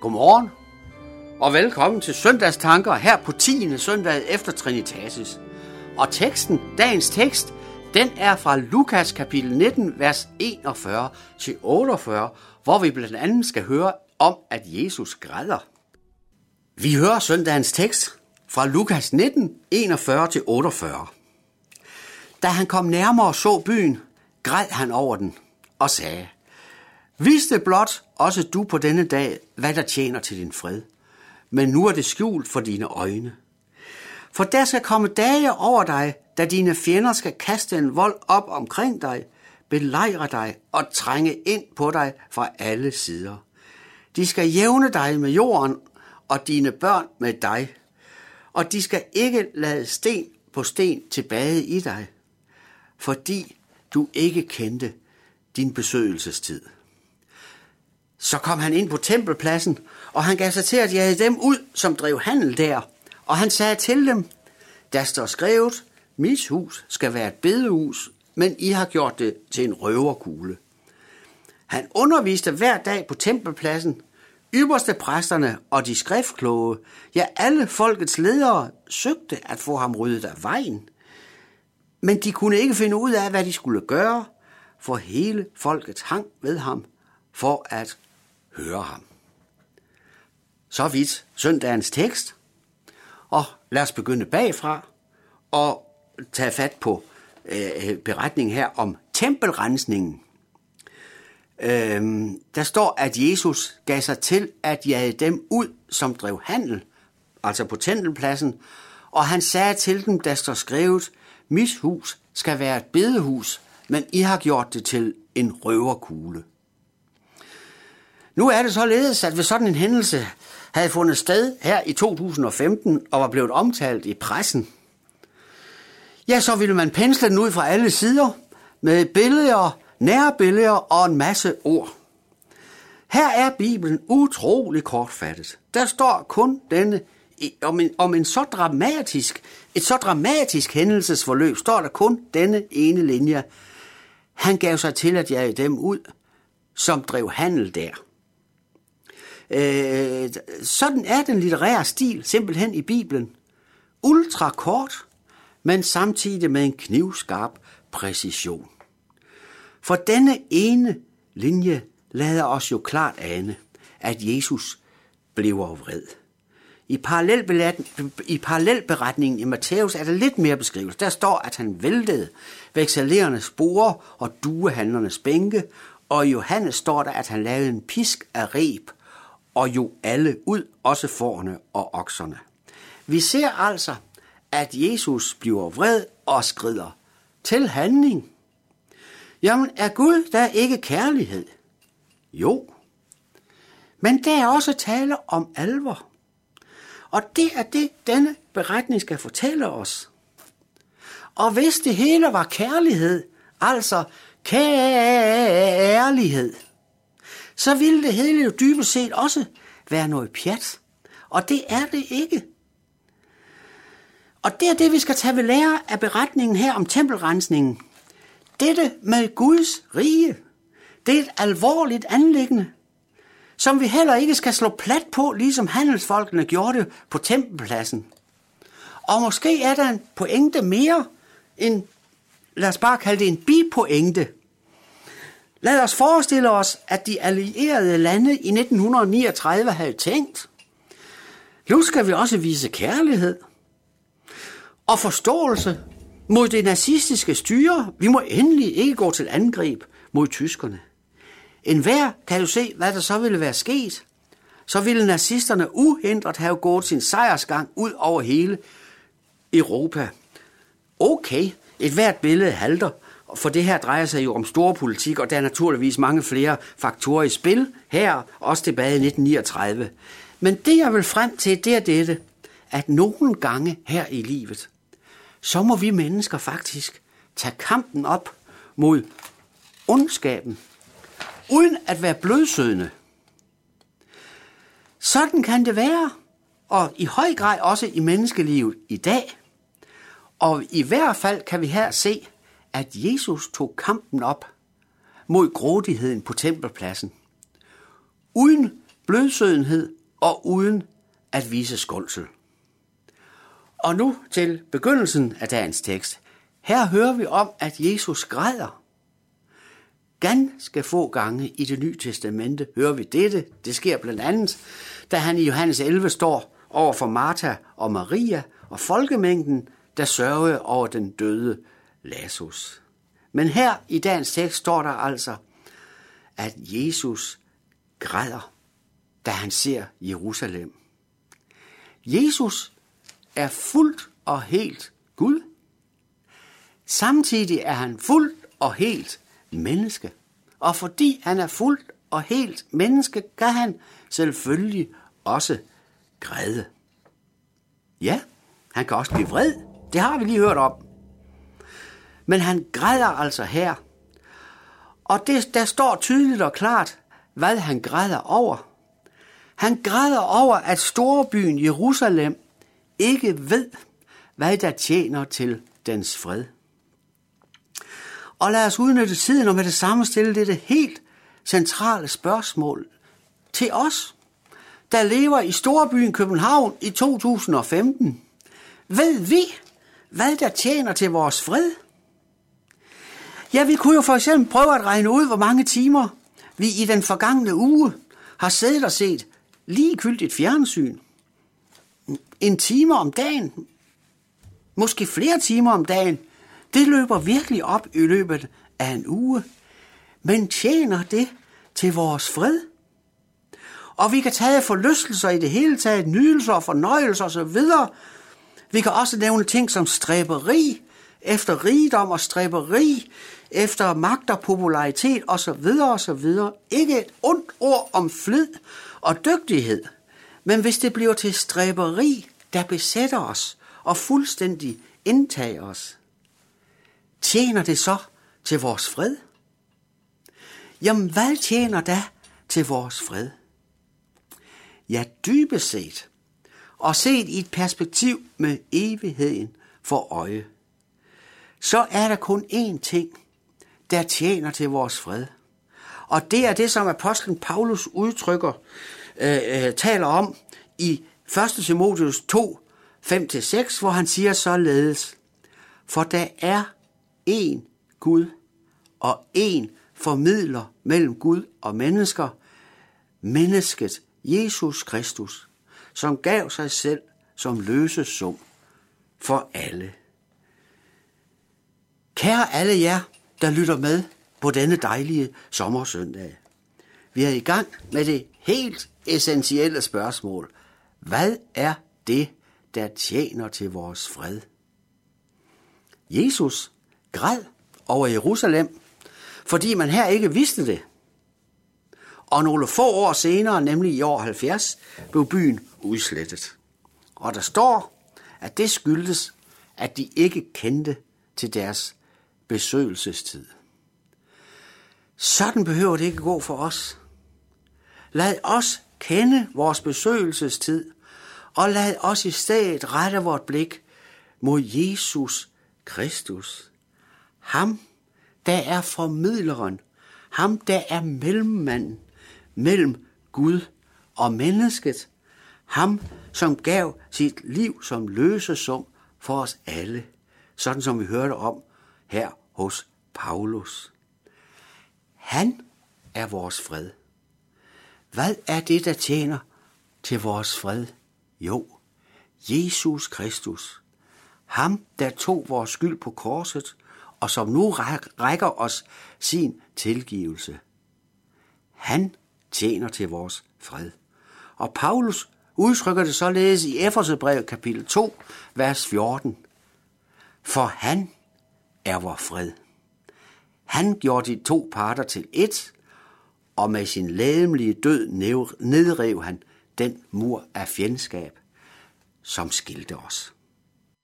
Godmorgen og velkommen til søndagstanker her på 10. søndag efter Trinitatis. Og dagens tekst, den er fra Lukas kapitel 19, vers 41 til 48, hvor vi blandt andet skal høre om, at Jesus græder. Vi hører søndagens tekst fra Lukas 19, 41 til 48. Da han kom nærmere og så byen, græd han over den og sagde: Vidste blot også du på denne dag, hvad der tjener til din fred, men nu er det skjult for dine øjne. For der skal komme dage over dig, da dine fjender skal kaste en vold op omkring dig, belejre dig og trænge ind på dig fra alle sider. De skal jævne dig med jorden og dine børn med dig, og de skal ikke lade sten på sten tilbage i dig, fordi du ikke kendte din besøgelsestid. Så kom han ind på tempelpladsen, og han gav sig til at jage dem ud, som drev handel der. Og han sagde til dem: Der står skrevet, mit hus skal være et bedehus, men I har gjort det til en røverkugle. Han underviste hver dag på tempelpladsen. Ypperste præsterne og de skriftkloge, ja, alle folkets ledere, søgte at få ham ryddet af vejen. Men de kunne ikke finde ud af, hvad de skulle gøre, for hele folket hang ved ham for at høre ham. Så vidt søndagens tekst. Og lad os begynde bagfra og tage fat på beretningen her om tempelrensningen. Der står, at Jesus gav sig til at jage dem ud, som drev handel, altså på tempelpladsen, og han sagde til dem, der står skrevet, mit hus skal være et bedehus, men I har gjort det til en røverkugle. Nu er det således, at ved sådan en hændelse havde fundet sted her i 2015 og var blevet omtalt i pressen, ja, så ville man pensle den ud fra alle sider med billeder, nærbilleder og en masse ord. Her er Bibelen utrolig kortfattet. Der står kun denne om et så dramatisk hændelsesforløb, står der kun denne ene linje. Han gav sig til at jage dem ud, som drev handel der. Sådan er den litterære stil simpelthen i Bibelen. Ultra kort, men samtidig med en knivskarp præcision. For denne ene linje lader os jo klart ane, at Jesus blev vred. I parallelberetningen i Matthæus er der lidt mere beskrivelse. Der står, at han væltede vekselerernes borde og duehandlernes bænke, og i Johannes står der, at han lavede en pisk af reb, og jo alle ud, også fårene og okserne. Vi ser altså, at Jesus bliver vred og skrider til handling. Jamen, er Gud der ikke kærlighed? Jo. Men der er også tale om alvor. Og det er det, denne beretning skal fortælle os. Og hvis det hele var kærlighed, altså kærlighed, så ville det hele jo dybest set også være noget pjat. Og det er det ikke. Og det er det, vi skal tage ved lære af beretningen her om tempelrensningen. Dette med Guds rige, det er et alvorligt anliggende, som vi heller ikke skal slå plat på, ligesom handelsfolkene gjorde det på tempelpladsen. Og måske er der en pointe mere end, lad os bare kalde det en bipointe. Lad os forestille os, at de allierede lande i 1939 havde tænkt, nu skal vi også vise kærlighed og forståelse mod det nazistiske styre. Vi må endelig ikke gå til angreb mod tyskerne. Enhver kan jo se, hvad der så ville være sket. Så ville nazisterne uhindret have gået sin sejrsgang ud over hele Europa. Okay, et hvert billede halter, for det her drejer sig jo om storpolitik, og der er naturligvis mange flere faktorer i spil her, også tilbage i 1939. Men det, jeg vil frem til, det er dette, at nogle gange her i livet, så må vi mennesker faktisk tage kampen op mod ondskaben, uden at være blødsødende. Sådan kan det være, og i høj grad også i menneskelivet i dag. Og i hvert fald kan vi her se, at Jesus tog kampen op mod grådigheden på tempelpladsen, uden blødsødenhed og uden at vise skånsel. Og nu til begyndelsen af dagens tekst. Her hører vi om, at Jesus græder. Ganske få gange i Det Nye Testamente hører vi dette. Det sker blandt andet, da han i Johannes 11 står over for Martha og Maria og folkemængden, der sørgede over den døde Lazarus. Men her i dagens tekst står der altså, at Jesus græder, da han ser Jerusalem. Jesus er fuldt og helt Gud. Samtidig er han fuldt og helt menneske. Og fordi han er fuldt og helt menneske, kan han selvfølgelig også græde. Ja, han kan også blive vred. Det har vi lige hørt om. Men han græder altså her. Og der står tydeligt og klart, hvad han græder over. Han græder over, at storbyen Jerusalem ikke ved, hvad der tjener til dens fred. Og lad os udnytte tiden og med det samme stille dette helt centrale spørgsmål til os, der lever i storbyen København i 2015. Ved vi, hvad der tjener til vores fred? Ja, vi kunne jo for eksempel prøve at regne ud, hvor mange timer vi i den forgangne uge har siddet og set ligegyldigt fjernsyn. En time om dagen, måske flere timer om dagen, det løber virkelig op i løbet af en uge. Men tjener det til vores fred? Og vi kan tage forlystelser i det hele taget, nydelser og fornøjelser osv. Vi kan også nævne ting som stræberi efter rigdom og stræberi efter magt og popularitet osv. osv. Ikke et ondt ord om flid og dygtighed, men hvis det bliver til stræberi, der besætter os og fuldstændig indtager os, tjener det så til vores fred? Jamen, hvad tjener da til vores fred? Ja, dybest set, og set i et perspektiv med evigheden for øje, så er der kun én ting, der tjener til vores fred. Og det er det, som apostlen Paulus taler om i 1. Timotheus 2, 5-6, hvor han siger således: for der er én Gud og én formidler mellem Gud og mennesker, mennesket Jesus Kristus, som gav sig selv som løsesum for alle. Kære alle jer, der lytter med på denne dejlige sommersøndag. Vi er i gang med det helt essentielle spørgsmål. Hvad er det, der tjener til vores fred? Jesus græd over Jerusalem, fordi man her ikke vidste det. Og nogle få år senere, nemlig i år 70, blev byen udslettet. Og der står, at det skyldtes, at de ikke kendte til deres besøgelsestid. Sådan behøver det ikke gå for os. Lad os kende vores besøgelsestid, og lad os i stedet rette vort blik mod Jesus Kristus. Ham, der er formidleren. Ham, der er mellemmanden mellem Gud og mennesket. Ham, som gav sit liv som løsesum for os alle. Sådan som vi hørte om her hos Paulus. Han er vores fred. Hvad er det, der tjener til vores fred? Jo, Jesus Kristus. Ham, der tog vores skyld på korset, og som nu rækker os sin tilgivelse. Han tjener til vores fred. Og Paulus udtrykker det således i Efeserbrevet kapitel 2, vers 14. For han er vor fred. Han gjorde de to parter til ét, og med sin legemlige død nedrev han den mur af fjendskab, som skilte os.